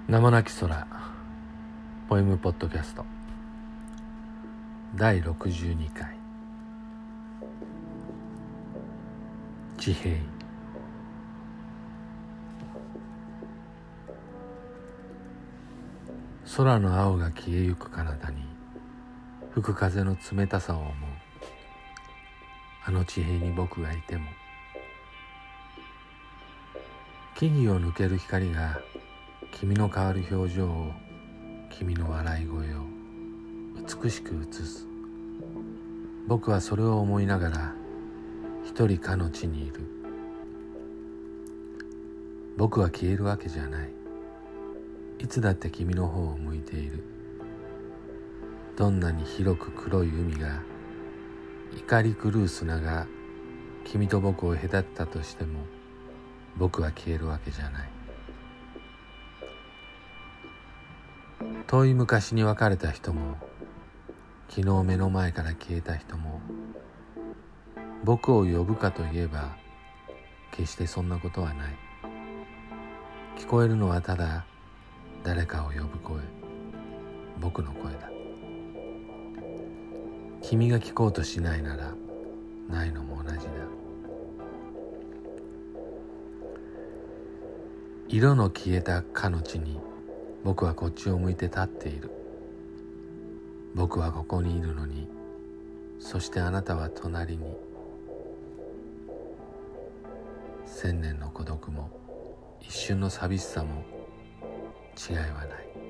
名もなき空ポエムポッドキャスト第62回地平。空の青が消えゆく彼方に吹く風の冷たさを思う。あの地平に僕がいても、木々を抜ける光が君の変わる表情を、君の笑い声を美しく映す。僕はそれを思いながら一人かの地にいる。僕は消えるわけじゃない。いつだって君の方を向いている。どんなに広く黒い海が、怒り狂う砂が君と僕を隔ったとしても、僕は消えるわけじゃない。遠い昔に別れた人も、昨日目の前から消えた人も、僕を呼ぶかといえば決してそんなことはない。聞こえるのはただ誰かを呼ぶ声、僕の声だ。君が聞こうとしないならないのも同じだ。色の消えたかの地に僕はこっちを向いて立っている。僕はここにいるのに、そしてあなたは隣に。千年の孤独も一瞬の寂しさも違いはない。